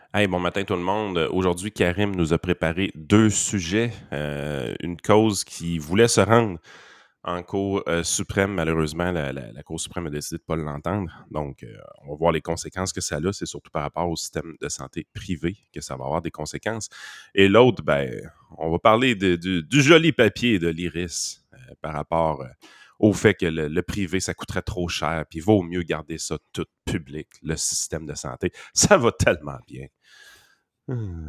Hey, bon matin tout le monde. Aujourd'hui, Karim nous a préparé 2 sujets. Une cause qui voulait se rendre en Cour, suprême. Malheureusement, la Cour suprême a décidé de pas l'entendre. Donc, on va voir les conséquences que ça a. C'est surtout par rapport au système de santé privé que ça va avoir des conséquences. Et l'autre, ben, on va parler du joli papier de l'IRIS, par rapport, au fait que le privé, ça coûterait trop cher, puis il vaut mieux garder ça tout public, le système de santé. Ça va tellement bien. Mmh.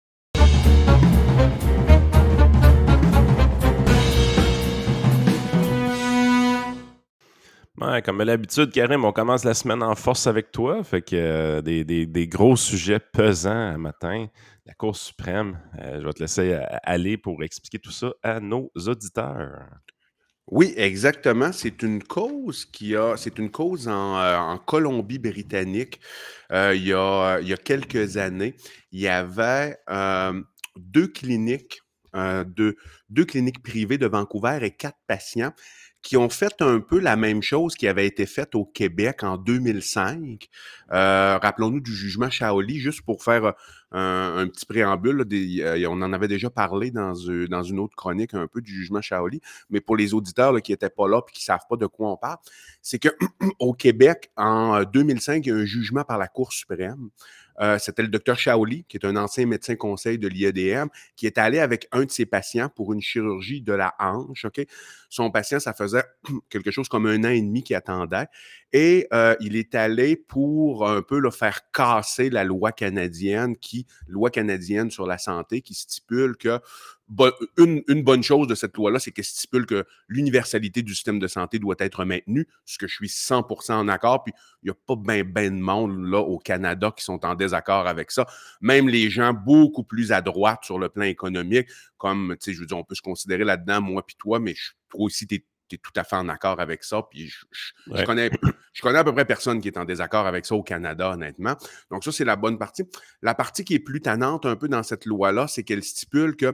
Ouais, comme à l'habitude, Karim, on commence la semaine en force avec toi. Fait que des gros sujets pesants un matin. La Cour suprême. Je vais te laisser aller pour expliquer tout ça à nos auditeurs. Oui, exactement. C'est une cause en Colombie-Britannique. Il y a quelques années, il y avait 2 cliniques, deux 2 cliniques privées de Vancouver et 4 patients qui ont fait un peu la même chose qui avait été faite au Québec en 2005. Rappelons-nous du jugement Shaoli, juste pour faire un petit préambule, là, on en avait déjà parlé dans une autre chronique un peu du jugement Shaoli, mais pour les auditeurs là, qui n'étaient pas là et qui ne savent pas de quoi on parle, c'est que au Québec, en 2005, il y a un jugement par la Cour suprême. C'était le docteur Shaoli, qui est un ancien médecin conseil de l'IEDM, qui est allé avec un de ses patients pour une chirurgie de la hanche. OK? Son patient, ça faisait quelque chose comme 1 an et demi qu'il attendait. Et il est allé pour un peu là, faire casser la loi canadienne sur la santé, qui stipule que une bonne chose de cette loi-là, c'est qu'elle stipule que l'universalité du système de santé doit être maintenue, ce que je suis 100% en accord. Puis il n'y a pas ben de monde là au Canada qui sont en désaccord avec ça. Même les gens beaucoup plus à droite sur le plan économique, comme, tu sais, je veux dire, on peut se considérer là-dedans, moi puis toi, mais toi aussi, tu es tout à fait en accord avec ça. Puis Ouais. je connais à peu près personne qui est en désaccord avec ça au Canada, honnêtement. Donc ça, c'est la bonne partie. La partie qui est plus tannante un peu dans cette loi-là, c'est qu'elle stipule que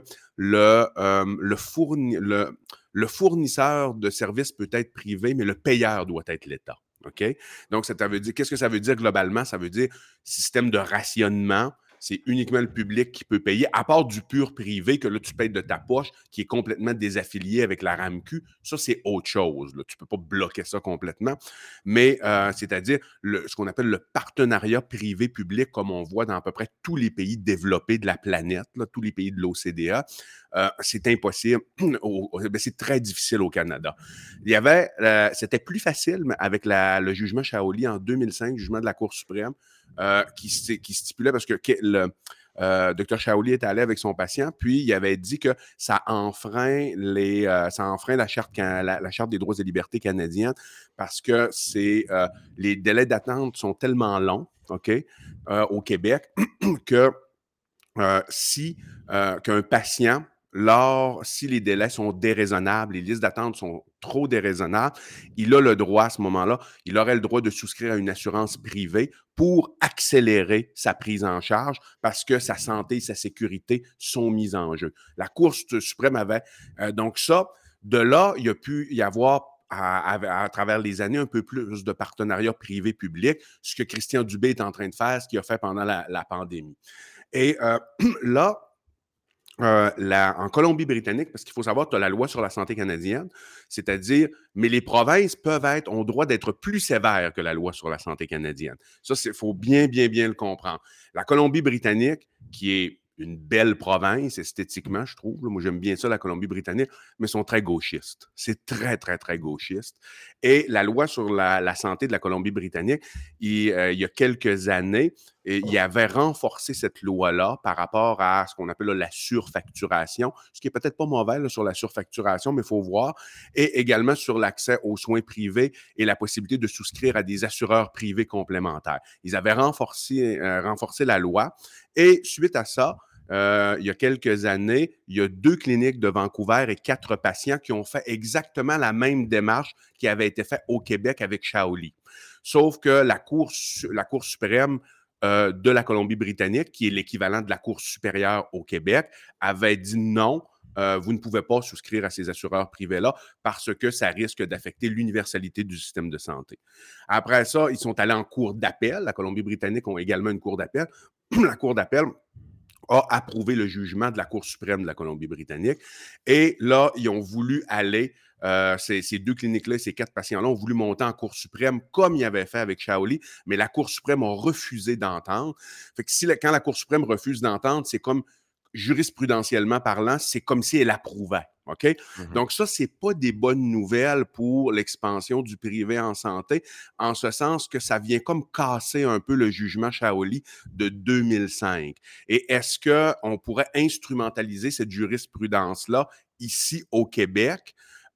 le fournisseur de services peut être privé, mais le payeur doit être l'État. OK? Donc, ça veut dire, qu'est-ce que ça veut dire globalement? Ça veut dire système de rationnement. C'est uniquement le public qui peut payer, à part du pur privé que là, tu payes de ta poche, qui est complètement désaffilié avec la RAMQ. Ça, c'est autre chose. Là. Tu ne peux pas bloquer ça complètement. Mais c'est-à-dire ce qu'on appelle le partenariat privé-public, comme on voit dans à peu près tous les pays développés de la planète, là, tous les pays de l'OCDE, c'est impossible. C'est très difficile au Canada. C'était plus facile avec le jugement Shaoli en 2005, le jugement de la Cour suprême, qui stipulait, parce que le Dr Shaoli est allé avec son patient, puis il avait dit que ça enfreint la charte des droits et libertés canadiennes, parce que les délais d'attente sont tellement longs, OK, au Québec, que si qu'un patient, si les délais sont déraisonnables, les listes d'attente sont trop déraisonnables, il a le droit à ce moment-là, il aurait le droit de souscrire à une assurance privée pour accélérer sa prise en charge parce que sa santé et sa sécurité sont mises en jeu. La Cour suprême avait donc ça. De là, il y a pu y avoir à travers les années un peu plus de partenariats privés-publics, ce que Christian Dubé est en train de faire, ce qu'il a fait pendant la pandémie. Et là, en Colombie-Britannique, parce qu'il faut savoir, tu as la loi sur la santé canadienne, c'est-à-dire, mais les provinces ont droit d'être plus sévères que la loi sur la santé canadienne. Ça, il faut bien le comprendre. La Colombie-Britannique, qui est une belle province esthétiquement, je trouve. Moi, j'aime bien ça, la Colombie-Britannique, mais ils sont très gauchistes. C'est très gauchiste. Et la loi sur la santé de la Colombie-Britannique, il y a quelques années, il avait renforcé cette loi-là par rapport à ce qu'on appelle là, la surfacturation, ce qui est peut-être pas mauvais là, sur la surfacturation, mais il faut voir, et également sur l'accès aux soins privés et la possibilité de souscrire à des assureurs privés complémentaires. Ils avaient renforcé la loi, et suite à ça, il y a quelques années, il y a 2 cliniques de Vancouver et 4 patients qui ont fait exactement la même démarche qui avait été faite au Québec avec Shaoli. Sauf que la Cour suprême de la Colombie-Britannique, qui est l'équivalent de la Cour supérieure au Québec, avait dit non, vous ne pouvez pas souscrire à ces assureurs privés-là parce que ça risque d'affecter l'universalité du système de santé. Après ça, ils sont allés en cour d'appel. La Colombie-Britannique ont également une cour d'appel. la Cour d'appel a approuvé le jugement de la Cour suprême de la Colombie-Britannique. Et là, ils ont voulu aller, ces deux cliniques-là, ces 4 patients-là ont voulu monter en Cour suprême comme ils avaient fait avec Shaoli, mais la Cour suprême a refusé d'entendre. Fait que quand la Cour suprême refuse d'entendre, c'est comme, jurisprudentiellement parlant, c'est comme si elle approuvait. OK? Mhm. Donc, ça, c'est pas des bonnes nouvelles pour l'expansion du privé en santé, en ce sens que ça vient comme casser un peu le jugement Shaoli de 2005. Et est-ce qu'on pourrait instrumentaliser cette jurisprudence-là ici au Québec?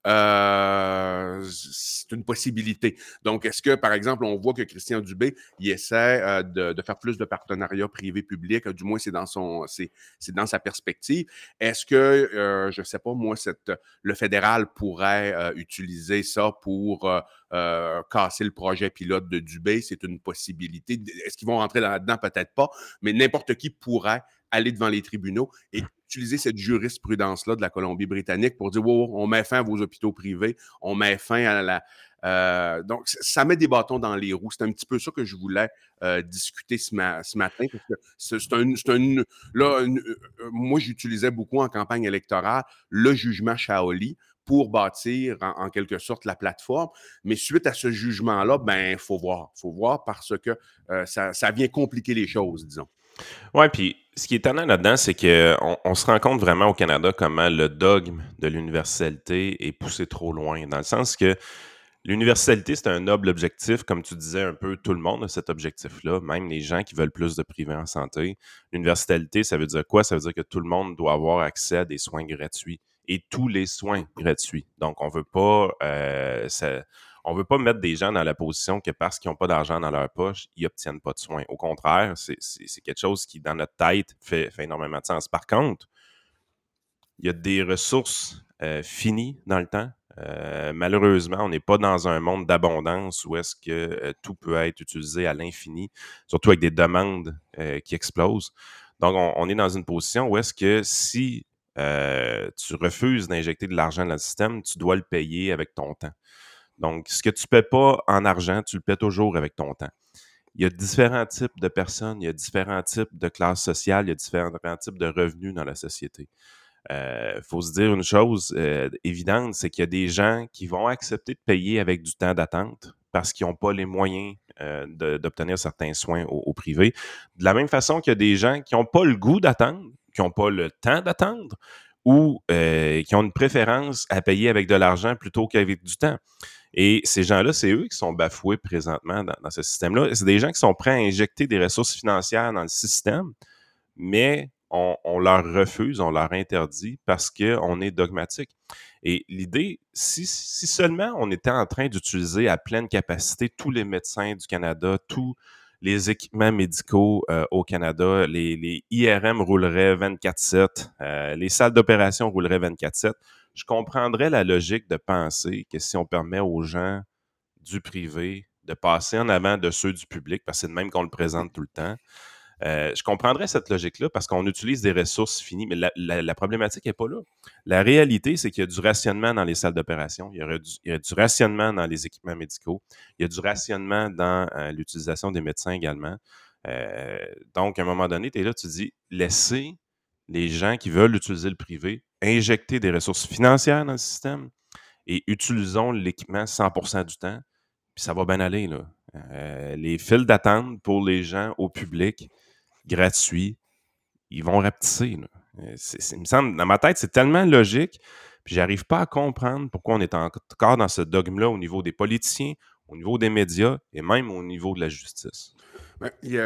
C'est une possibilité. Donc, est-ce que, par exemple, on voit que Christian Dubé, il essaie de faire plus de partenariats privés-publics, du moins c'est dans sa perspective. Est-ce que, je ne sais pas, moi, le fédéral pourrait utiliser ça pour casser le projet pilote de Dubé? C'est une possibilité. Est-ce qu'ils vont rentrer là-dedans? Peut-être pas, mais n'importe qui pourrait aller devant les tribunaux et utiliser cette jurisprudence-là de la Colombie-Britannique pour dire, wow, on met fin à vos hôpitaux privés, on met fin à la... donc, ça met des bâtons dans les roues. C'est un petit peu ça que je voulais discuter ce matin, parce que moi, j'utilisais beaucoup en campagne électorale le jugement Shaoli pour bâtir en quelque sorte la plateforme. Mais suite à ce jugement-là, ben, il faut voir. Il faut voir parce que ça vient compliquer les choses, disons. Ouais, puis ce qui est étonnant là-dedans, c'est qu'on se rend compte vraiment au Canada comment le dogme de l'universalité est poussé trop loin, dans le sens que l'universalité, c'est un noble objectif, comme tu disais un peu, tout le monde a cet objectif-là, même les gens qui veulent plus de privé en santé. L'universalité, ça veut dire quoi? Ça veut dire que tout le monde doit avoir accès à des soins gratuits et tous les soins gratuits. Donc, on veut pas mettre des gens dans la position que parce qu'ils n'ont pas d'argent dans leur poche, ils n'obtiennent pas de soins. Au contraire, c'est quelque chose qui, dans notre tête, fait énormément de sens. Par contre, il y a des ressources finies dans le temps. Malheureusement, on n'est pas dans un monde d'abondance où est-ce que tout peut être utilisé à l'infini, surtout avec des demandes qui explosent. Donc, on est dans une position où est-ce que si tu refuses d'injecter de l'argent dans le système, tu dois le payer avec ton temps. Donc, ce que tu ne paies pas en argent, tu le paies toujours avec ton temps. Il y a différents types de personnes, il y a différents types de classes sociales, il y a différents types de revenus dans la société. Faut se dire une chose évidente, c'est qu'il y a des gens qui vont accepter de payer avec du temps d'attente parce qu'ils n'ont pas les moyens d'obtenir certains soins au privé. De la même façon qu'il y a des gens qui n'ont pas le goût d'attendre, qui n'ont pas le temps d'attendre ou qui ont une préférence à payer avec de l'argent plutôt qu'avec du temps. Et ces gens-là, c'est eux qui sont bafoués présentement dans ce système-là. C'est des gens qui sont prêts à injecter des ressources financières dans le système, mais on leur refuse, on leur interdit parce qu'on est dogmatique. Et l'idée, si seulement on était en train d'utiliser à pleine capacité tous les médecins du Canada, tous les équipements médicaux au Canada, les IRM rouleraient 24/7, les salles d'opération rouleraient 24/7, je comprendrais la logique de penser que si on permet aux gens du privé de passer en avant de ceux du public, parce que c'est de même qu'on le présente tout le temps, je comprendrais cette logique-là parce qu'on utilise des ressources finies, mais la problématique n'est pas là. La réalité, c'est qu'il y a du rationnement dans les salles d'opération, il y a du rationnement dans les équipements médicaux, il y a du rationnement dans l'utilisation des médecins également. Donc, à un moment donné, tu es là, tu dis, laissez les gens qui veulent utiliser le privé injecter des ressources financières dans le système et utilisons l'équipement 100% du temps, puis ça va bien aller, là. Les files d'attente pour les gens au public, gratuits, ils vont rapetisser, là. Il me semble, dans ma tête, c'est tellement logique, puis j'arrive pas à comprendre pourquoi on est encore dans ce dogme-là au niveau des politiciens, au niveau des médias et même au niveau de la justice. Ben,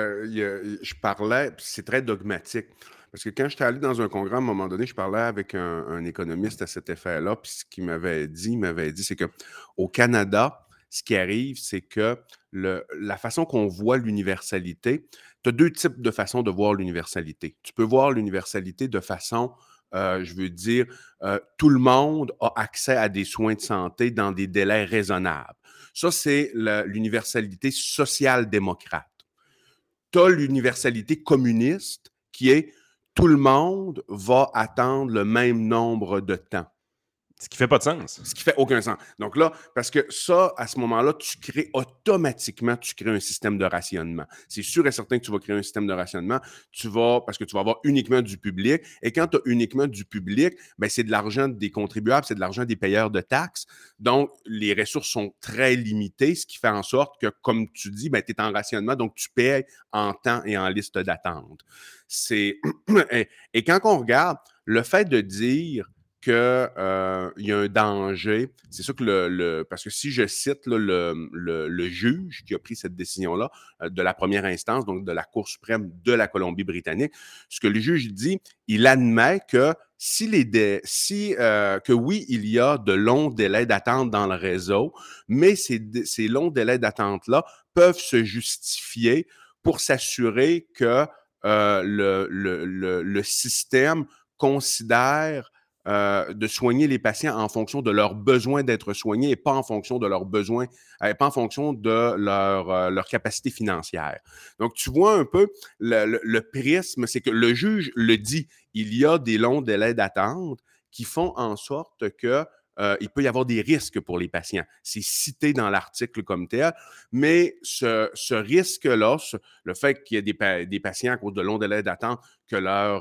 je parlais, puis c'est très dogmatique. Parce que quand j'étais allé dans un congrès, à un moment donné, je parlais avec un économiste à cet effet-là, puis ce qu'il m'avait dit, c'est que au Canada, ce qui arrive, c'est que la façon qu'on voit l'universalité, tu as deux types de façons de voir l'universalité. Tu peux voir l'universalité de façon, je veux dire, tout le monde a accès à des soins de santé dans des délais raisonnables. Ça, c'est l'universalité social-démocrate. Tu as l'universalité communiste qui est tout le monde va attendre le même nombre de temps. Ce qui fait pas de sens. Ce qui fait aucun sens. Donc là, parce que ça, à ce moment-là, tu crées automatiquement, tu crées un système de rationnement. C'est sûr et certain que tu vas créer un système de rationnement. Parce que tu vas avoir uniquement du public. Et quand tu as uniquement du public, ben, c'est de l'argent des contribuables, c'est de l'argent des payeurs de taxes. Donc, les ressources sont très limitées, ce qui fait en sorte que, comme tu dis, ben, tu es en rationnement, donc tu payes en temps et en liste d'attente. C'est et quand on regarde le fait de dire qu'il y a un danger. C'est sûr que parce que si je cite là, le juge qui a pris cette décision-là de la première instance, donc de la Cour suprême de la Colombie-Britannique, ce que le juge dit, il admet que que oui, il y a de longs délais d'attente dans le réseau, mais ces longs délais d'attente-là peuvent se justifier pour s'assurer que le système considère de soigner les patients en fonction de leurs besoins d'être soignés et pas en fonction de leurs besoins, pas en fonction de leur capacité financière. Donc, tu vois un peu le prisme, c'est que le juge le dit, il y a des longs délais d'attente qui font en sorte que il peut y avoir des risques pour les patients. C'est cité dans l'article comme tel, mais ce risque-là, le fait qu'il y ait des patients à cause de longs délais d'attente que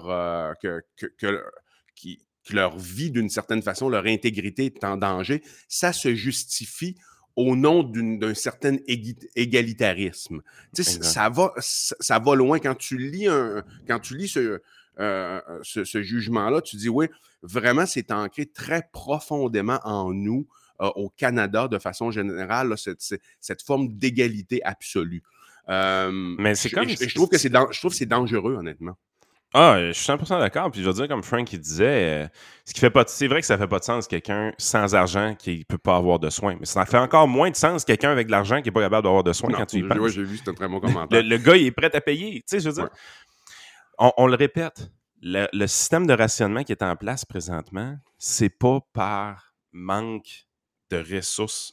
leur vie, d'une certaine façon, leur intégrité est en danger, ça se justifie au nom d'un certain égalitarisme. Tu sais, Exact. ça va loin. Quand tu lis ce jugement-là, tu dis, oui, vraiment, c'est ancré très profondément en nous, au Canada, de façon générale, là, cette forme d'égalité absolue. Mais c'est comme... Je trouve que c'est dangereux, honnêtement. Ah, je suis 100% d'accord. Puis je veux dire, comme Frank il disait, ce qui fait pas c'est vrai que ça fait pas de sens quelqu'un sans argent qui peut pas avoir de soins. Mais ça fait encore moins de sens quelqu'un avec de l'argent qui est pas capable d'avoir de soins Non, quand tu y ouais, penses. j'ai vu, c'est un très bon commentaire. Le gars, il est prêt à payer. Tu sais, je veux dire, Ouais. on le répète, le système de rationnement qui est en place présentement, c'est pas par manque de ressources,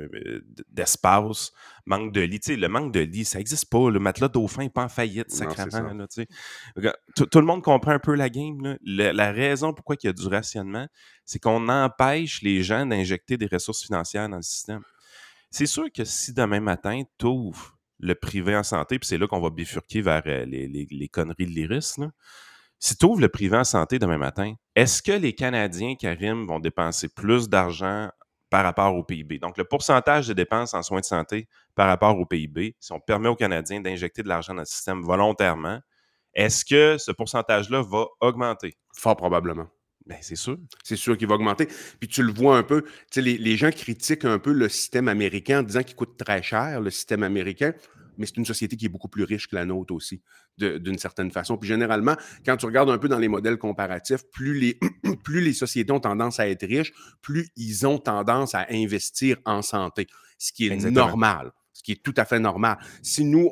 d'espace, manque de lit. Tu sais, le manque de lit, ça n'existe pas. Le matelas dauphin n'est pas en faillite, Non, c'est sacrément. ça. Là, tu sais. Regarde, tout le monde comprend un peu la game. Là. La raison pourquoi il y a du rationnement, c'est qu'on empêche les gens d'injecter des ressources financières dans le système. C'est sûr que si demain matin, tu ouvres le privé en santé, puis c'est là qu'on va bifurquer vers les conneries de l'IRIS, là. Si tu ouvres le privé en santé demain matin, est-ce que les Canadiens, Karim, vont dépenser plus d'argent par rapport au PIB? Donc, le pourcentage de dépenses en soins de santé par rapport au PIB, si on permet aux Canadiens d'injecter de l'argent dans le système volontairement, est-ce que ce pourcentage-là va augmenter? Fort probablement. Bien, c'est sûr. C'est sûr qu'il va augmenter. Puis tu le vois un peu, tu sais, les gens critiquent un peu le système américain en disant qu'il coûte très cher, le système américain, mais c'est une société qui est beaucoup plus riche que la nôtre aussi, d'une certaine façon. Puis généralement, quand tu regardes un peu dans les modèles comparatifs, plus les sociétés ont tendance à être riches, plus ils ont tendance à investir en santé, ce qui est Exactement. normal, ce qui est tout à fait normal. Si nous,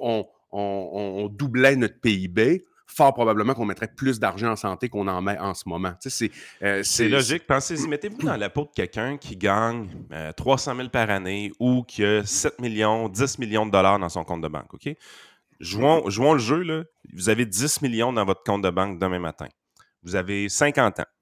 on doublait notre PIB, fort probablement qu'on mettrait plus d'argent en santé qu'on en met en ce moment. Tu sais, C'est logique. Pensez-y, mettez-vous dans la peau de quelqu'un qui gagne 300 000 par année ou qui a 7 millions, 10 millions de dollars dans son compte de banque. OK? Jouons le jeu. Là. Vous avez 10 millions dans votre compte de banque demain matin. Vous avez 50 ans.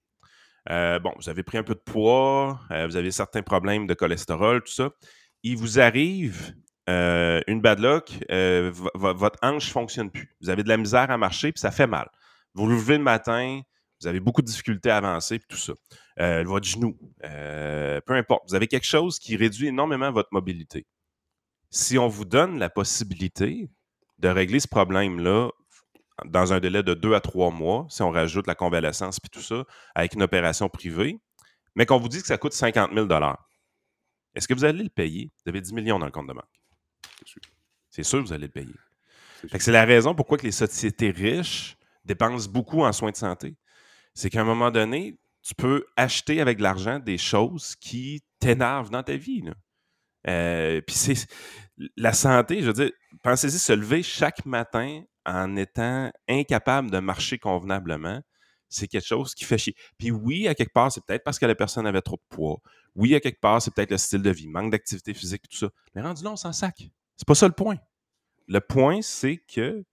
Vous avez pris un peu de poids, vous avez certains problèmes de cholestérol, tout ça. Il vous arrive une bad luck, votre hanche ne fonctionne plus. Vous avez de la misère à marcher, puis ça fait mal. Vous vous levez le matin, vous avez beaucoup de difficultés à avancer, puis tout ça. Votre genou, peu importe. Vous avez quelque chose qui réduit énormément votre mobilité. Si on vous donne la possibilité de régler ce problème-là dans un délai de 2 à 3 mois, si on rajoute la convalescence puis tout ça, avec une opération privée, mais qu'on vous dit que ça coûte 50 000 est-ce que vous allez le payer? Vous avez 10 millions dans le compte de banque. C'est sûr que vous allez le payer. C'est la raison pourquoi que les sociétés riches dépensent beaucoup en soins de santé. C'est qu'à un moment donné, tu peux acheter avec de l'argent des choses qui t'énervent dans ta vie. Puis c'est la santé, je veux dire, pensez-y, se lever chaque matin en étant incapable de marcher convenablement, c'est quelque chose qui fait chier. Puis oui, à quelque part, c'est peut-être parce que la personne avait trop de poids. Oui, à quelque part, c'est peut-être le style de vie, manque d'activité physique, tout ça. Mais rendu là, on s'en sac. C'est pas ça le point. Le point, c'est que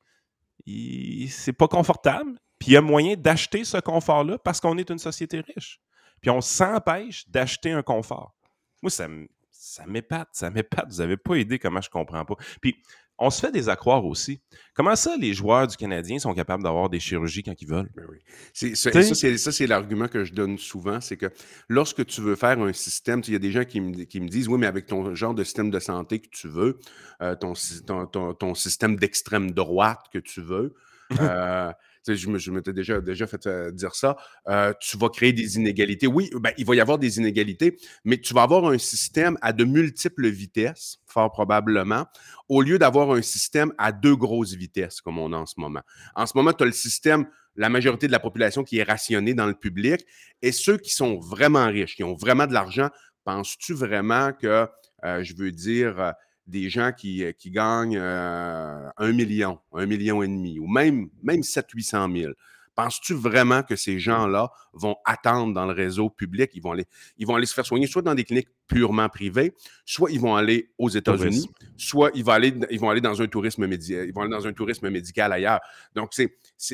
c'est pas confortable. Puis il y a moyen d'acheter ce confort-là parce qu'on est une société riche. puis on s'empêche d'acheter un confort. Moi, ça m'épate. Vous n'avez pas idée comment je comprends pas. Puis, on se fait des accroire aussi. Comment ça, les joueurs du Canadien sont capables d'avoir des chirurgies quand ils veulent? Ben oui. Tu sais? Ça, c'est l'argument que je donne souvent, c'est que lorsque tu veux faire un système, il y a des gens qui me disent, oui, mais avec ton genre de système de santé que tu veux, ton système d'extrême droite que tu veux, euh, je m'étais déjà fait dire ça, tu vas créer des inégalités. Oui, ben, il va y avoir des inégalités, mais tu vas avoir un système à de multiples vitesses, fort probablement, au lieu d'avoir un système à deux grosses vitesses, comme on a en ce moment. En ce moment, tu as le système, la majorité de la population qui est rationnée dans le public, et ceux qui sont vraiment riches, qui ont vraiment de l'argent, penses-tu vraiment que, je veux dire, des gens qui gagnent 1 million et demi, ou même 700 000 800 000, penses-tu vraiment que ces gens-là vont attendre dans le réseau public? Ils vont aller se faire soigner soit dans des cliniques purement privées, soit ils vont aller aux États-Unis, Tourisme. soit ils vont aller dans un tourisme médical, ils vont aller dans un tourisme médical ailleurs. Donc, c'est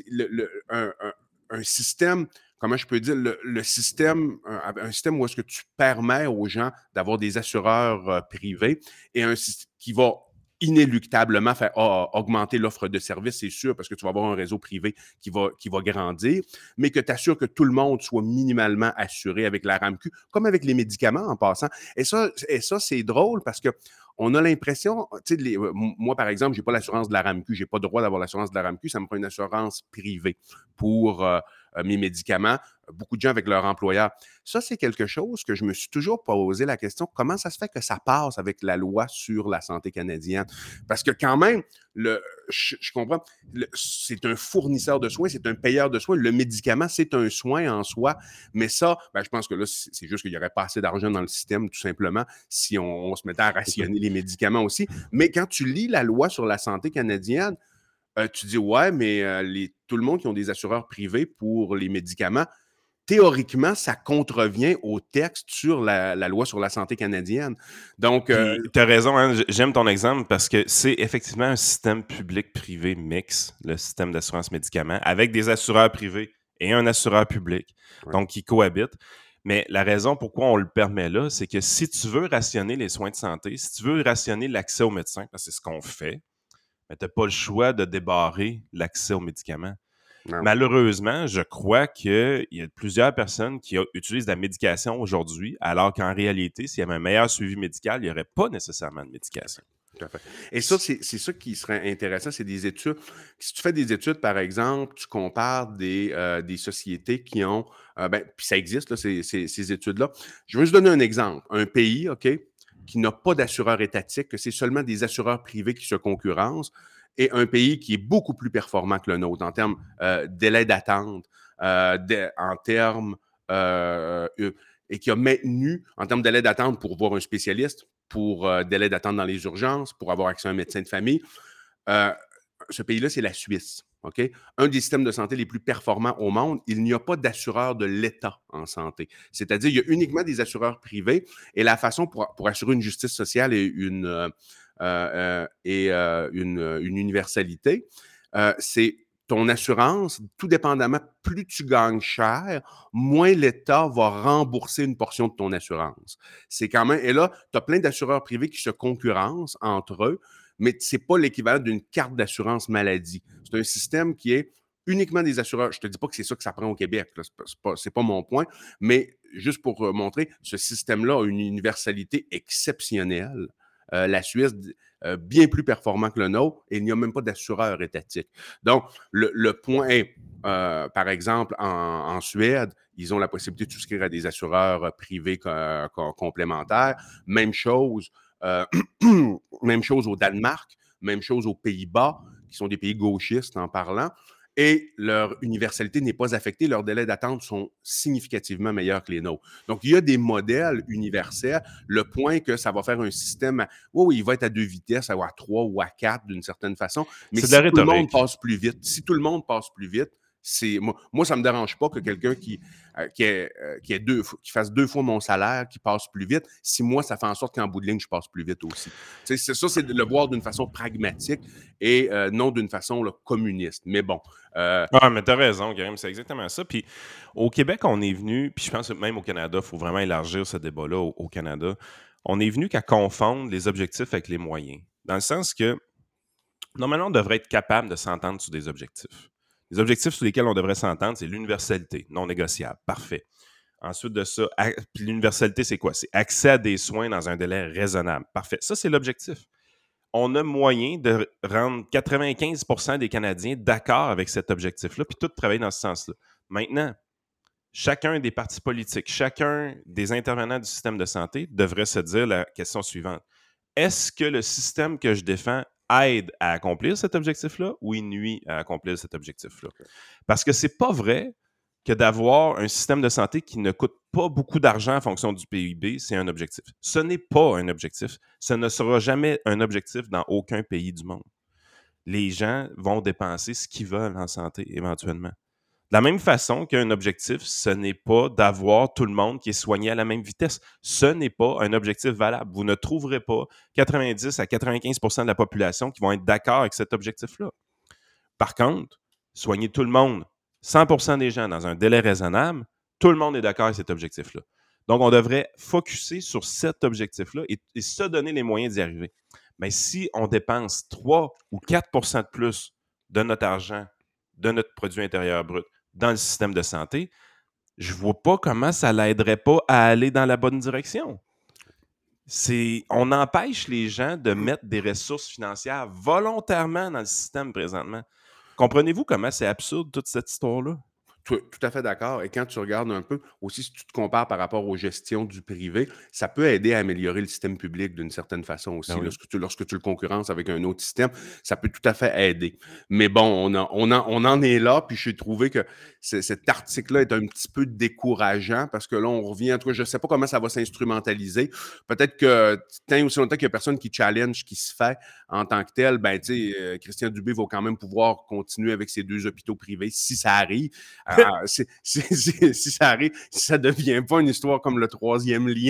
un système, comment je peux dire, le système, un système où est-ce que tu permets aux gens d'avoir des assureurs privés et un système qui va inéluctablement faire augmenter l'offre de services, c'est sûr, parce que tu vas avoir un réseau privé qui va grandir, mais que tu assures que tout le monde soit minimalement assuré avec la RAMQ, comme avec les médicaments en passant. Et ça c'est drôle parce que on a l'impression, tu sais, moi, par exemple, j'ai pas l'assurance de la RAMQ, j'ai pas le droit d'avoir l'assurance de la RAMQ, ça me prend une assurance privée pour mes médicaments, beaucoup de gens avec leur employeur. Ça, c'est quelque chose que je me suis toujours posé la question, comment ça se fait que ça passe avec la loi sur la santé canadienne? Parce que quand même, je comprends, c'est un fournisseur de soins, c'est un payeur de soins. Le médicament, c'est un soin en soi. Mais ça, ben, je pense que là, c'est juste qu'il n'y aurait pas assez d'argent dans le système, tout simplement, si on se mettait à rationner les médicaments aussi. Mais quand tu lis la loi sur la santé canadienne, tu dis, ouais, mais tout le monde qui ont des assureurs privés pour les médicaments, théoriquement, ça contrevient au texte sur la loi sur la santé canadienne. Donc, Puis, tu as raison, hein, j'aime ton exemple parce que c'est effectivement un système public-privé mix, le système d'assurance médicaments, avec des assureurs privés et un assureur public, ouais. donc qui cohabitent. Mais la raison pourquoi on le permet là, c'est que si tu veux rationner les soins de santé, si tu veux rationner l'accès aux médecins, parce que c'est ce qu'on fait, mais tu n'as pas le choix de débarrer l'accès aux médicaments. Non. Malheureusement, je crois qu'il y a plusieurs personnes qui utilisent la médication aujourd'hui, alors qu'en réalité, s'il y avait un meilleur suivi médical, il n'y aurait pas nécessairement de médication. Tout à fait. Et ça, c'est ça qui serait intéressant, c'est des études. Si tu fais des études, par exemple, tu compares des sociétés qui ont, ben, puis ça existe, là, ces études-là. Je veux juste donner un exemple. Un pays, OK, qui n'a pas d'assureur étatique, que c'est seulement des assureurs privés qui se concurrencent, et un pays qui est beaucoup plus performant que le nôtre en termes délai d'attente, en termes et qui a maintenu, en termes de délai d'attente pour voir un spécialiste, pour délai d'attente dans les urgences, pour avoir accès à un médecin de famille. Euh, Ce pays-là, c'est la Suisse. OK? Un des systèmes de santé les plus performants au monde. Il n'y a pas d'assureur de l'État en santé. C'est-à-dire, il y a uniquement des assureurs privés et la façon pour assurer une justice sociale et une universalité, c'est ton assurance, tout dépendamment, plus tu gagnes cher, moins l'État va rembourser une portion de ton assurance. C'est quand même, et là, tu as plein d'assureurs privés qui se concurrencent entre eux, mais ce n'est pas l'équivalent d'une carte d'assurance maladie. C'est un système qui est uniquement des assureurs. Je ne te dis pas que c'est ça que ça prend au Québec, ce n'est pas mon point, mais juste pour montrer, ce système-là a une universalité exceptionnelle. La Suisse, bien plus performant que le nôtre, et il n'y a même pas d'assureur étatique. Donc, le point est, par exemple, en Suède, ils ont la possibilité de souscrire à des assureurs privés complémentaires. Même chose, même chose au Danemark, même chose aux Pays-Bas, qui sont des pays gauchistes en parlant. Et leur universalité n'est pas affectée. Leurs délais d'attente sont significativement meilleurs que les nôtres. Donc, il y a des modèles universels. Le point que ça va faire un système, oui, il va être à deux vitesses, ou à trois ou à quatre d'une certaine façon. Mais C'est de la si tout le monde rhétorique. passe plus vite, Moi, ça me dérange pas que quelqu'un qui fasse 2 fois mon salaire, qui passe plus vite. Si moi, ça fait en sorte qu'en bout de ligne, je passe plus vite aussi. C'est ça, c'est de le voir d'une façon pragmatique et non d'une façon là, communiste. Mais bon. Ah, mais t'as raison, Karim, c'est exactement ça. Puis au Québec, on est venu, puis je pense que même au Canada, il faut vraiment élargir ce débat-là au Canada. On est venu qu'à confondre les objectifs avec les moyens. Dans le sens que, normalement, on devrait être capable de s'entendre sur des objectifs. Les objectifs sur lesquels on devrait s'entendre, c'est l'universalité, non négociable. Parfait. Ensuite de ça, puis l'universalité, c'est quoi? C'est accès à des soins dans un délai raisonnable. Parfait. Ça, c'est l'objectif. On a moyen de rendre 95% des Canadiens d'accord avec cet objectif-là, puis tout travailler dans ce sens-là. Maintenant, chacun des partis politiques, chacun des intervenants du système de santé devrait se dire la question suivante. Est-ce que le système que je défends aide à accomplir cet objectif-là ou il nuit à accomplir cet objectif-là? Parce que c'est pas vrai que d'avoir un système de santé qui ne coûte pas beaucoup d'argent en fonction du PIB, c'est un objectif. Ce n'est pas un objectif. Ce ne sera jamais un objectif dans aucun pays du monde. Les gens vont dépenser ce qu'ils veulent en santé éventuellement. De la même façon qu'un objectif, ce n'est pas d'avoir tout le monde qui est soigné à la même vitesse. Ce n'est pas un objectif valable. Vous ne trouverez pas 90 à 95% de la population qui vont être d'accord avec cet objectif-là. Par contre, soigner tout le monde, 100% des gens dans un délai raisonnable, tout le monde est d'accord avec cet objectif-là. Donc, on devrait focusser sur cet objectif-là et se donner les moyens d'y arriver. Mais si on dépense 3 ou 4% de plus de notre argent, de notre produit intérieur brut dans le système de santé, je ne vois pas comment ça ne l'aiderait pas à aller dans la bonne direction. On empêche les gens de mettre des ressources financières volontairement dans le système présentement. Comprenez-vous comment c'est absurde toute cette histoire-là? Tout à fait d'accord. Et quand tu regardes un peu, aussi, si tu te compares par rapport aux gestions du privé, ça peut aider à améliorer le système public d'une certaine façon aussi. Ben oui. Lorsque tu le concurrences avec un autre système, ça peut tout à fait aider. Mais bon, on en est là, puis j'ai trouvé que cet article-là est un petit peu décourageant parce que là, on revient, en tout cas, je ne sais pas comment ça va s'instrumentaliser. Peut-être que tant aussi longtemps qu'il n'y a personne qui challenge, qui se fait en tant que tel, ben, tu sais, Christian Dubé va quand même pouvoir continuer avec ses 2 hôpitaux privés si ça arrive. Si ça arrive, si ça devient pas une histoire comme le 3e lien,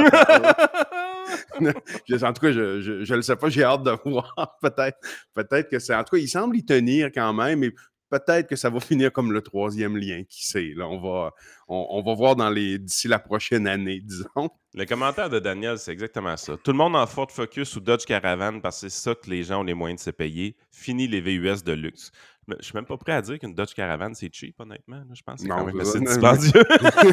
en tout cas, je le sais pas, j'ai hâte de voir. Peut-être que c'est. En tout cas, il semble y tenir quand même, mais peut-être que ça va finir comme le 3e lien, qui sait. Là, on va voir d'ici la prochaine année, disons. Le commentaire de Daniel, c'est exactement ça. Tout le monde en Ford Focus ou Dodge Caravan parce que c'est ça que les gens ont les moyens de se payer. Fini les VUS de luxe. Je suis même pas prêt à dire qu'une Dodge Caravan, c'est cheap, honnêtement. Là, je pense que c'est quand même assez dispendieux.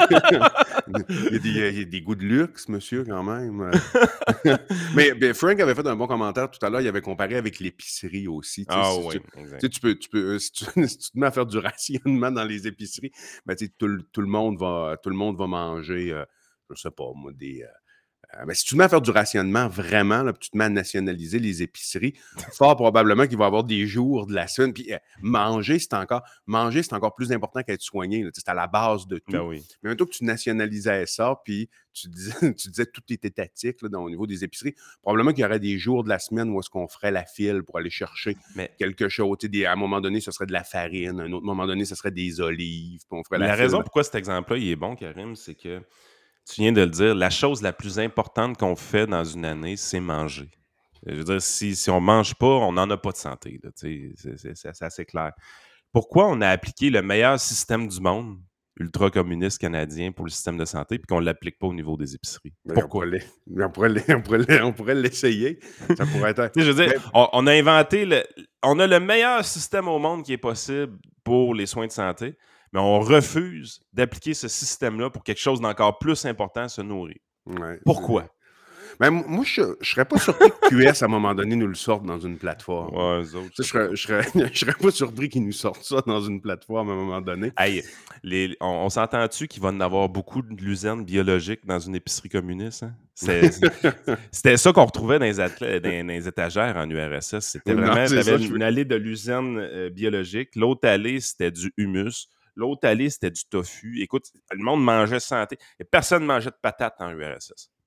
Il y a des goûts de luxe, monsieur, quand même. Mais Frank avait fait un bon commentaire tout à l'heure. Il avait comparé avec l'épicerie aussi. Ah oui, exact. Tu peux, si tu te mets à faire du rationnement dans les épiceries, ben, tout le monde va manger, je sais pas, moi, ben, si tu te mets à faire du rationnement vraiment, là, puis tu te mets à nationaliser les épiceries, fort probablement qu'il va y avoir des jours de la semaine. Puis manger, c'est encore plus important qu'être soigné. Là, c'est à la base de tout. Ben oui. Mais maintenant que tu nationalisais ça, puis tu disais tout est étatique là, au niveau des épiceries, probablement qu'il y aurait des jours de la semaine où est-ce qu'on ferait la file pour aller chercher quelque chose. À un moment donné, ce serait de la farine. À un autre moment donné, ce serait des olives. Puis on ferait la raison pourquoi cet exemple-là il est bon, Karim, c'est que tu viens de le dire, la chose la plus importante qu'on fait dans une année, c'est manger. Je veux dire, si on ne mange pas, on n'en a pas de santé. Là, c'est assez clair. Pourquoi on a appliqué le meilleur système du monde, ultra-communiste canadien, pour le système de santé, puis qu'on ne l'applique pas au niveau des épiceries? Pourquoi? On pourrait l'essayer. Ça pourrait être. Je veux dire, on a inventé on a le meilleur système au monde qui est possible pour les soins de santé, mais on refuse d'appliquer ce système-là pour quelque chose d'encore plus important, se nourrir. Ouais, Pourquoi? Ben, moi, je serais pas surpris que QS, à un moment donné, nous le sorte dans une plateforme. Ouais, eux autres, je serais pas surpris qu'ils nous sortent ça dans une plateforme à un moment donné. Hey, on s'entend-tu qu'il va y en avoir beaucoup de luzerne biologique dans une épicerie communiste? Hein? C'était ça qu'on retrouvait dans les étagères en URSS. C'était vraiment, tu avais une allée de luzerne biologique. L'autre allée, c'était du humus. L'autre allée, c'était du tofu. Écoute, le monde mangeait santé. Et personne ne mangeait de patates en URSS.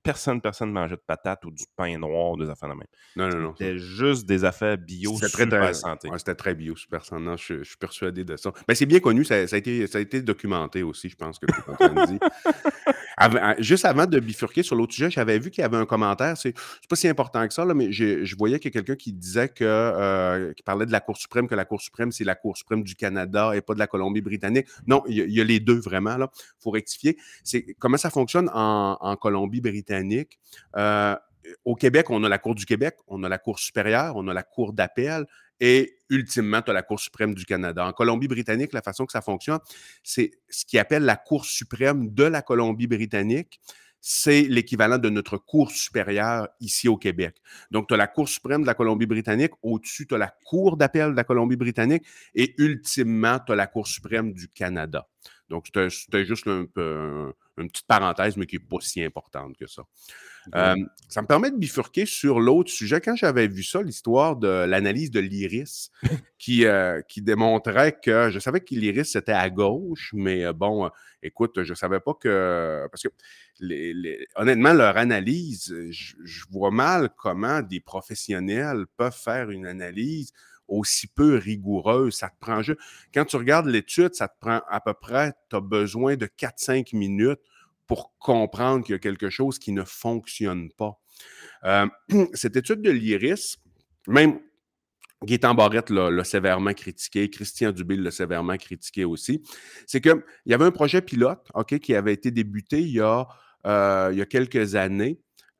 personne ne mangeait de patates ou du pain noir, des affaires de même. Non, non, non, ça. C'était juste des affaires bio C'était très, très super santé. ouais, c'était très bio, super sain. Non, je suis persuadé de ça. Mais c'est bien connu, ça a été documenté aussi, je pense, que tu es en train de dire. Juste avant de bifurquer sur l'autre sujet, j'avais vu qu'il y avait un commentaire, c'est pas si important que ça, là, mais je voyais qu'il y a quelqu'un qui disait qui parlait de la Cour suprême, que la Cour suprême, c'est la Cour suprême du Canada et pas de la Colombie-Britannique. Non, il y a les deux vraiment, là. Il faut rectifier. C'est comment ça fonctionne en Colombie-Britannique. Au Québec, on a la Cour du Québec, on a la Cour supérieure, on a la Cour d'appel et ultimement, tu as la Cour suprême du Canada. En Colombie-Britannique, la façon que ça fonctionne, c'est ce qu'ils appellent la Cour suprême de la Colombie-Britannique. C'est l'équivalent de notre Cour supérieure ici au Québec. Donc, tu as la Cour suprême de la Colombie-Britannique. Au-dessus, tu as la Cour d'appel de la Colombie-Britannique. Et ultimement, tu as la Cour suprême du Canada. Donc, c'était juste une petite parenthèse, mais qui n'est pas si importante que ça. Ça me permet de bifurquer sur l'autre sujet. Quand j'avais vu ça, l'histoire de l'analyse de l'iris, qui démontrait que je savais que l'iris c'était à gauche, mais bon, écoute, je savais pas que. Parce que honnêtement, leur analyse, je vois mal comment des professionnels peuvent faire une analyse aussi peu rigoureuse. Ça te prend juste. Quand tu regardes l'étude, ça te prend à peu près, tu as besoin de 4-5 minutes pour comprendre qu'il y a quelque chose qui ne fonctionne pas. Cette étude de l'iris, même Gaétan Barrette l'a sévèrement critiqué, Christian Dubé l'a sévèrement critiqué aussi, c'est qu'il y avait un projet pilote, OK, qui avait été débuté il y a quelques années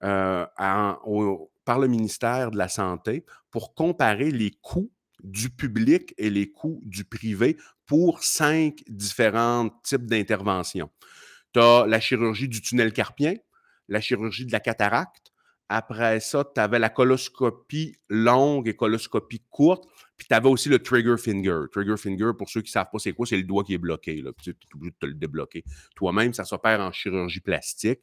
par le ministère de la Santé pour comparer les coûts du public et les coûts du privé pour 5 différents types d'interventions. Tu as la chirurgie du tunnel carpien, la chirurgie de la cataracte. Après ça, tu avais la coloscopie longue et coloscopie courte. Puis tu avais aussi le trigger finger. Trigger finger, pour ceux qui ne savent pas c'est quoi, c'est le doigt qui est bloqué. Tu es obligé de te le débloquer toi-même. Ça s'opère en chirurgie plastique.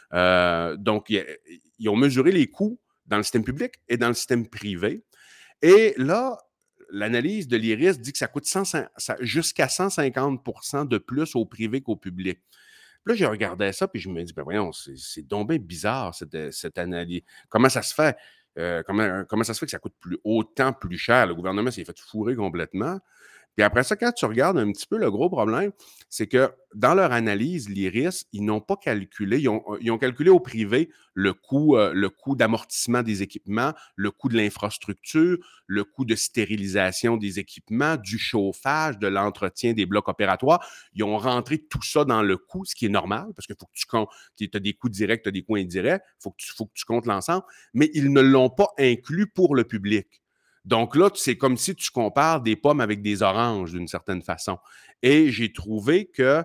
Donc, ils ont mesuré les coûts dans le système public et dans le système privé. Et là, l'analyse de l'IRIS dit que ça coûte jusqu'à 150 % de plus au privé qu'au public. Puis là, j'ai regardé ça, puis je me dis, ben voyons, c'est donc bien bizarre, cette analyse. Comment ça se fait? Comment ça se fait que ça coûte autant plus cher? Le gouvernement s'est fait fourrer complètement. Puis après ça, quand tu regardes un petit peu le gros problème, c'est que dans leur analyse, l'IRIS, ils n'ont pas calculé, ils ont calculé au privé le coût d'amortissement des équipements, le coût de l'infrastructure, le coût de stérilisation des équipements, du chauffage, de l'entretien des blocs opératoires. Ils ont rentré tout ça dans le coût, ce qui est normal, parce qu'il faut que tu comptes, tu as des coûts directs, tu as des coûts indirects, il faut que tu comptes l'ensemble, mais ils ne l'ont pas inclus pour le public. Donc là, c'est comme si tu compares des pommes avec des oranges d'une certaine façon. Et j'ai trouvé que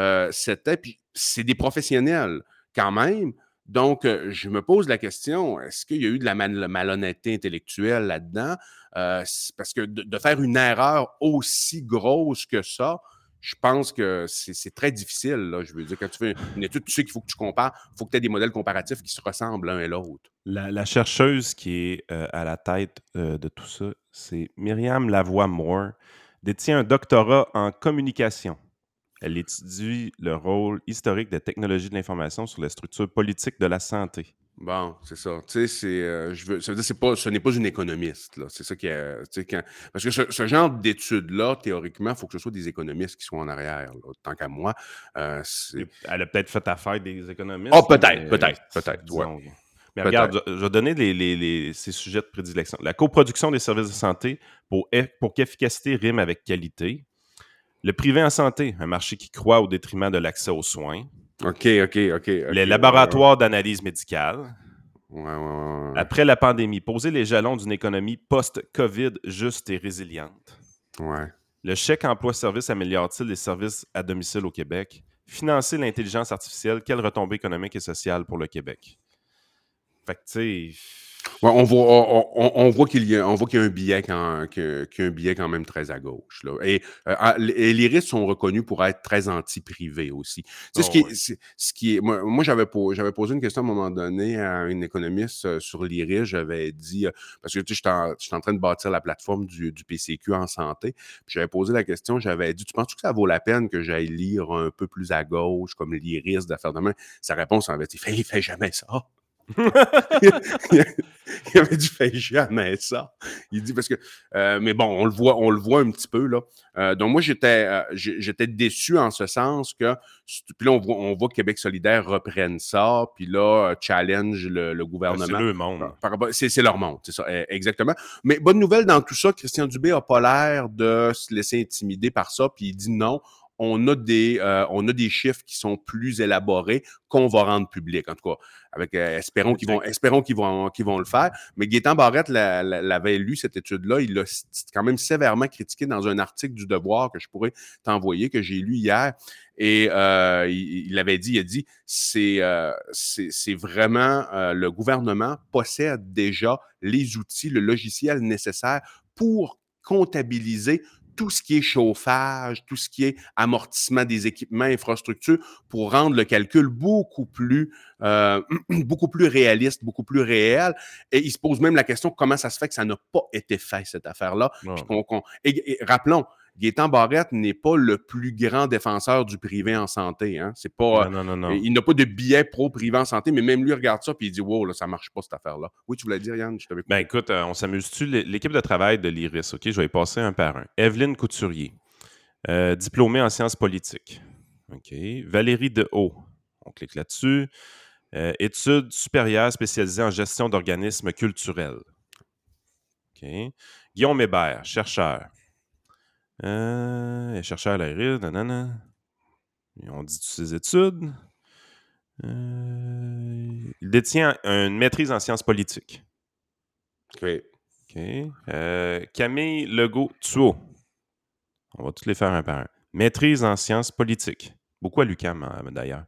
puis c'est des professionnels quand même. Donc, je me pose la question, est-ce qu'il y a eu de la malhonnêteté intellectuelle là-dedans? Parce que de faire une erreur aussi grosse que ça, je pense que c'est très difficile. Là. Je veux dire, quand tu fais une étude, tu sais qu'il faut que tu compares, il faut que tu aies des modèles comparatifs qui se ressemblent l'un et l'autre. La chercheuse qui est à la tête de tout ça, c'est Myriam Lavoie-Moore, détient un doctorat en communication. Elle étudie le rôle historique des technologies de l'information sur les structures politiques de la santé. Bon, c'est ça. Tu sais, ça veut dire ce n'est pas une économiste, là. C'est ça qui est, tu sais, parce que ce genre d'études-là, théoriquement, il faut que ce soit des économistes qui soient en arrière, là, tant qu'à moi. Elle a peut-être fait affaire des économistes. Ah, peut-être, ouais. Disons. Mais regarde, je vais donner ces sujets de prédilection. La coproduction des services de santé pour qu'efficacité rime avec qualité. Le privé en santé, un marché qui croît au détriment de l'accès aux soins. OK. Les laboratoires d'analyse médicale. Ouais. Après la pandémie, poser les jalons d'une économie post-COVID juste et résiliente. Ouais. Le chèque emploi-service améliore-t-il les services à domicile au Québec? Financer l'intelligence artificielle, quelle retombée économique et sociale pour le Québec? Fait que, tu sais, Ouais, on voit qu'il y a un billet qu'il y a un billet quand même très à gauche, là. Et les risques sont reconnus pour être très anti-privés aussi. Tu sais, Oh, ouais. moi, j'avais posé une question à un moment donné à une économiste sur l'IRIS. J'avais dit, parce que tu sais, j'étais en train de bâtir la plateforme du PCQ en santé. Puis j'avais posé la question, j'avais dit, tu penses que ça vaut la peine que j'aille lire un peu plus à gauche, comme l'IRIS d'affaires de main? Sa réponse en avait été, il fait jamais ça. Il avait dit, fais jamais ça. Il dit parce que, mais bon, on le voit un petit peu là. Donc moi j'étais déçu en ce sens que, puis là on voit que Québec solidaire reprenne ça, puis là challenge le Ben, c'est gouvernement. le monde. C'est leur monde, c'est ça, exactement. Mais bonne nouvelle dans tout ça, Christian Dubé a pas l'air de se laisser intimider par ça, puis il dit non. On a des chiffres qui sont plus élaborés qu'on va rendre publics. En tout cas, avec espérons qu'ils vont le faire. Mais Gaétan Barrette l'avait lu, cette étude-là. Il l'a quand même sévèrement critiqué dans un article du Devoir que je pourrais t'envoyer, que j'ai lu hier. Et il avait dit, c'est vraiment le gouvernement possède déjà les outils, le logiciel nécessaire pour comptabiliser tout ce qui est chauffage, tout ce qui est amortissement des équipements, infrastructures, pour rendre le calcul beaucoup plus réaliste, beaucoup plus réel. Et il se pose même la question comment ça se fait que ça n'a pas été fait, cette affaire-là. Ouais. Et rappelons, Gaétan Barrette n'est pas le plus grand défenseur du privé en santé. Hein? C'est pas, Non, non, non, non. il n'a pas de billet pro-privé en santé, mais même lui regarde ça et il dit wow, là, ça marche pas cette affaire-là. Oui, tu voulais dire, Yann, je t'avais Ben coupé. écoute, on s'amuse-tu? L'équipe de travail de l'IRIS, OK? Je vais y passer un par un. Evelyne Couturier, diplômée en sciences politiques. OK. Valérie Dehaut, on clique là-dessus. Études supérieures spécialisées en gestion d'organismes culturels. OK. Guillaume Hébert, chercheur. Chercheur à l'IRIS, nanana. On dit toutes ses études. Il détient une maîtrise en sciences politiques. OK. OK. Camille Legault-Tuot. On va tous les faire un par un. Maîtrise en sciences politiques. Beaucoup à l'UQAM, d'ailleurs.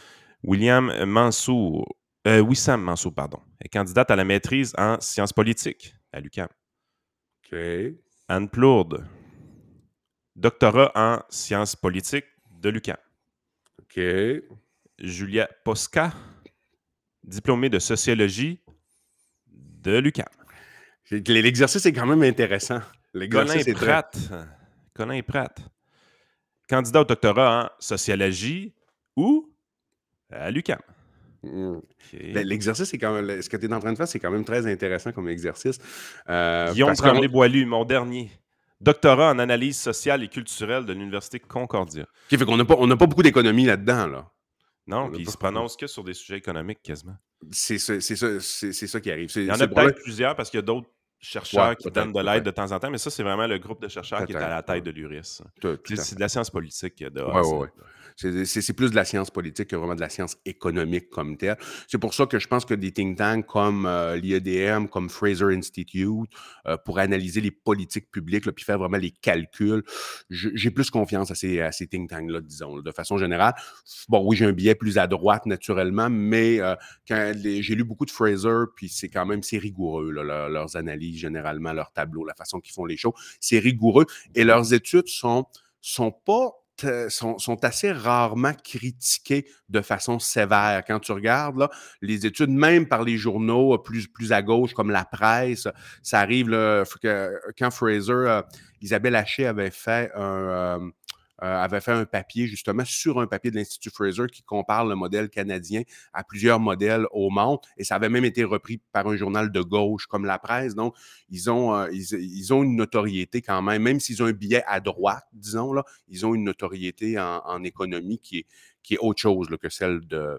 Wissam Mansour, pardon, est candidate à la maîtrise en sciences politiques à l'UQAM. OK. Anne Plourde, doctorat en sciences politiques de l'UQAM. OK. Julia Posca, diplômée de sociologie de l'UQAM. L'exercice est quand même intéressant. L'exercice est très. Colin Pratt, candidat au doctorat en sociologie ou à l'UQAM. Okay. L'exercice est quand même. Ce que tu es en train de faire, c'est quand même très intéressant comme exercice. Guillaume Tremblay-Boilu, mon dernier. Doctorat en analyse sociale et culturelle de l'Université Concordia. OK, fait qu'on n'a pas beaucoup d'économie là-dedans, là. Non, puis il se prononce que sur des sujets économiques quasiment. C'est ça qui arrive. Il y en a peut-être plusieurs parce qu'il y a d'autres chercheurs qui donnent de l'aide de temps en temps, mais ça, c'est vraiment le groupe de chercheurs qui est à la tête de l'URIS. C'est de la science politique de A à Z. Ouais. C'est plus de la science politique que vraiment de la science économique comme telle. C'est pour ça que je pense que des think tanks comme l'IEDM, comme Fraser Institute, pour analyser les politiques publiques, puis faire vraiment les calculs, j'ai plus confiance à ces think tanks-là, disons, de façon générale. Bon, oui, j'ai un biais plus à droite, naturellement, mais j'ai lu beaucoup de Fraser, puis c'est rigoureux, là, leurs analyses, généralement, leurs tableaux, la façon qu'ils font les choses. C'est rigoureux. Et leurs études sont assez rarement critiquées de façon sévère. Quand tu regardes là, les études, même par les journaux plus à gauche, comme la presse, ça arrive là, quand Fraser, Isabelle Haché avait fait un papier, justement, sur un papier de l'Institut Fraser qui compare le modèle canadien à plusieurs modèles au monde. Et ça avait même été repris par un journal de gauche comme la presse. Donc, ils ont une notoriété quand même s'ils ont un biais à droite, disons, là, ils ont une notoriété en économie qui est autre chose là, que celle de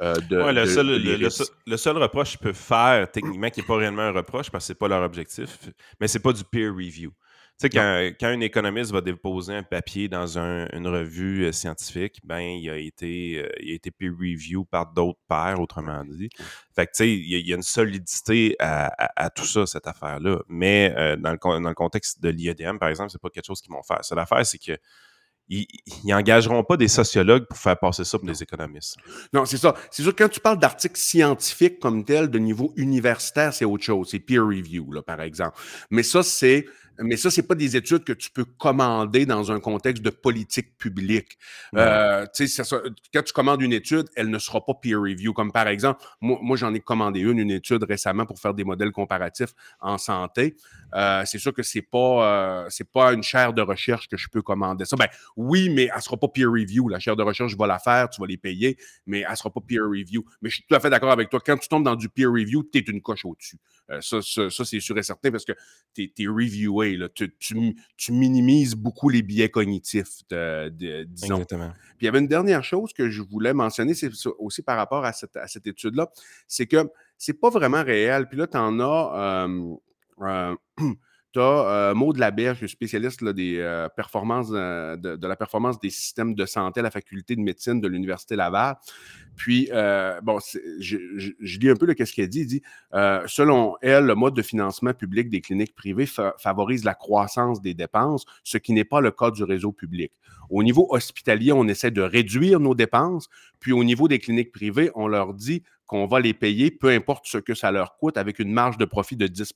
le seul reproche qu'ils peuvent faire, techniquement, qui n'est pas réellement un reproche parce que ce n'est pas leur objectif, mais c'est pas du peer review. Tu sais, quand un économiste va déposer un papier dans une revue scientifique, ben il a été peer review par d'autres pairs, autrement dit. Fait que, tu sais, il y a une solidité à tout ça, cette affaire-là. Mais dans le contexte de l'IEDM, par exemple, c'est pas quelque chose qu'ils vont faire. Seule affaire, c'est que ils n'engageront pas des sociologues pour faire passer ça pour Non. des économistes. Non, c'est ça. C'est sûr que quand tu parles d'articles scientifiques comme tel, de niveau universitaire, c'est autre chose. C'est peer review, là, par exemple. Mais ça, c'est, mais ça, c'est pas des études que tu peux commander dans un contexte de politique publique. Non. Tu sais, quand tu commandes une étude, elle ne sera pas peer review. Comme par exemple, moi j'en ai commandé une étude récemment pour faire des modèles comparatifs en santé. C'est sûr que c'est pas une chaire de recherche que je peux commander ça. Ben oui, mais elle sera pas peer review. La chaire de recherche, je vais la faire, tu vas les payer, mais elle sera pas peer review. Mais je suis tout à fait d'accord avec toi. Quand tu tombes dans du peer review, tu es une coche au-dessus. Ça, c'est sûr et certain parce que tu es reviewé. Là. Tu minimises beaucoup les biais cognitifs, disons. Exactement. Puis il y avait une dernière chose que je voulais mentionner, c'est aussi par rapport à cette étude-là, c'est que c'est pas vraiment réel. Puis là, tu en as. Tu as Maud Laberge, qui est spécialiste là, des performances de la performance des systèmes de santé à la faculté de médecine de l'Université Laval. Puis, bon, je lis un peu qu'est-ce qu'elle dit. Elle dit, selon elle, le mode de financement public des cliniques privées favorise la croissance des dépenses, ce qui n'est pas le cas du réseau public. Au niveau hospitalier, on essaie de réduire nos dépenses, puis au niveau des cliniques privées, on leur dit qu'on va les payer, peu importe ce que ça leur coûte, avec une marge de profit de 10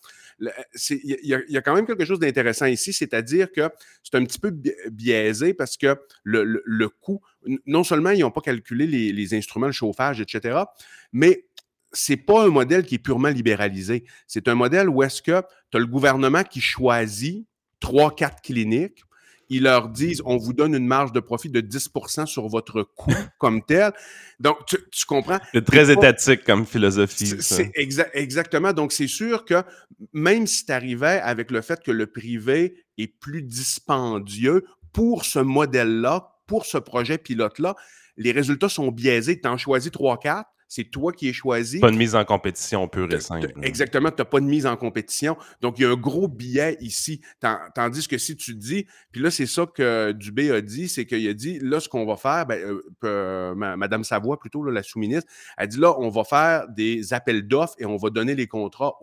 Il y a quand même quelque chose d'intéressant ici, c'est-à-dire que c'est un petit peu biaisé parce que le coût, non seulement ils n'ont pas calculé les instruments, le chauffage, etc., mais c'est pas un modèle qui est purement libéralisé. C'est un modèle où est-ce que tu as le gouvernement qui choisit 3-4 cliniques. Ils leur disent, on vous donne une marge de profit de 10 sur votre coût comme tel. Donc, tu comprends? C'est très étatique comme philosophie, ça. C'est exactement. Donc, c'est sûr que même si tu arrivais avec le fait que le privé est plus dispendieux pour ce modèle-là, pour ce projet pilote-là, les résultats sont biaisés. Tu en choisis 3-4, c'est toi qui es choisi. Pas une mise en compétition pure et simple. Exactement, tu n'as pas de mise en compétition. Donc, il y a un gros biais ici. Tandis que si tu dis, puis là, c'est ça que Dubé a dit, c'est qu'il a dit, là, ce qu'on va faire, Madame Savoie, plutôt, là, la sous-ministre, a dit, là, on va faire des appels d'offres et on va donner les contrats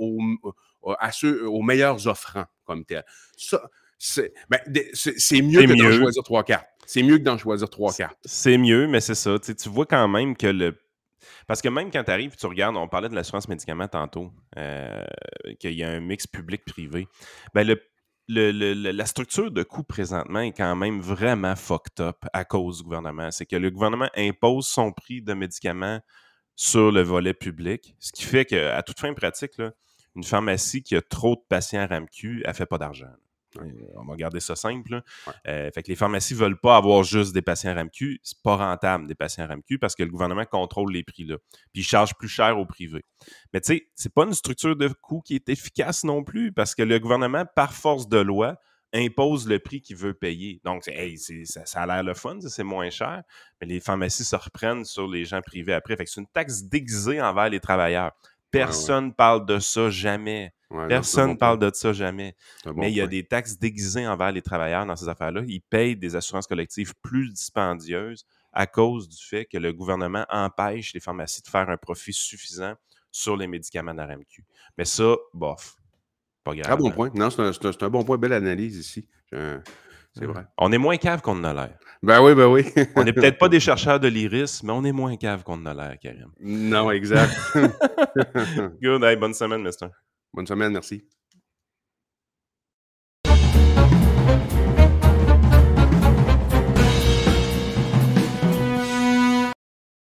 aux meilleurs offrants, comme tel. Ça, c'est mieux que d'en choisir 3-4. C'est mieux que d'en choisir 3-4. C'est mieux, mais c'est ça. Tu vois quand même que parce que même quand tu arrives, tu regardes, on parlait de l'assurance médicaments tantôt, qu'il y a un mix public-privé. Ben la structure de coût présentement est quand même vraiment fucked up à cause du gouvernement. C'est que le gouvernement impose son prix de médicaments sur le volet public, ce qui fait qu'à toute fin pratique, là, une pharmacie qui a trop de patients RAMQ, elle ne fait pas d'argent. On va garder ça simple. Ouais. Fait que les pharmacies ne veulent pas avoir juste des patients RAMQ. C'est pas rentable, des patients RAMQ, parce que le gouvernement contrôle les prix là. Puis il charge plus cher au privé. Mais tu sais, c'est pas une structure de coût qui est efficace non plus, parce que le gouvernement, par force de loi, impose le prix qu'il veut payer. Donc, ça a l'air le fun, c'est moins cher, mais les pharmacies se reprennent sur les gens privés après. Fait que c'est une taxe déguisée envers les travailleurs. Personne ne parle de ça jamais. Ouais, Personne ne parle de ça jamais. Mais il y a point. des taxes déguisées envers les travailleurs dans ces affaires-là. Ils payent des assurances collectives plus dispendieuses à cause du fait que le gouvernement empêche les pharmacies de faire un profit suffisant sur les médicaments de la RAMQ. Mais ça, bof, pas Très grave. bon point. Non, c'est un bon point. Belle analyse ici. C'est vrai. On est moins cave qu'on en a l'air. Ben oui, ben oui. On n'est peut-être pas des chercheurs de l'iris, mais on est moins cave qu'on en a l'air, Karim. Non, exact. Good. Hey, bonne semaine, mister. Bonne semaine, merci.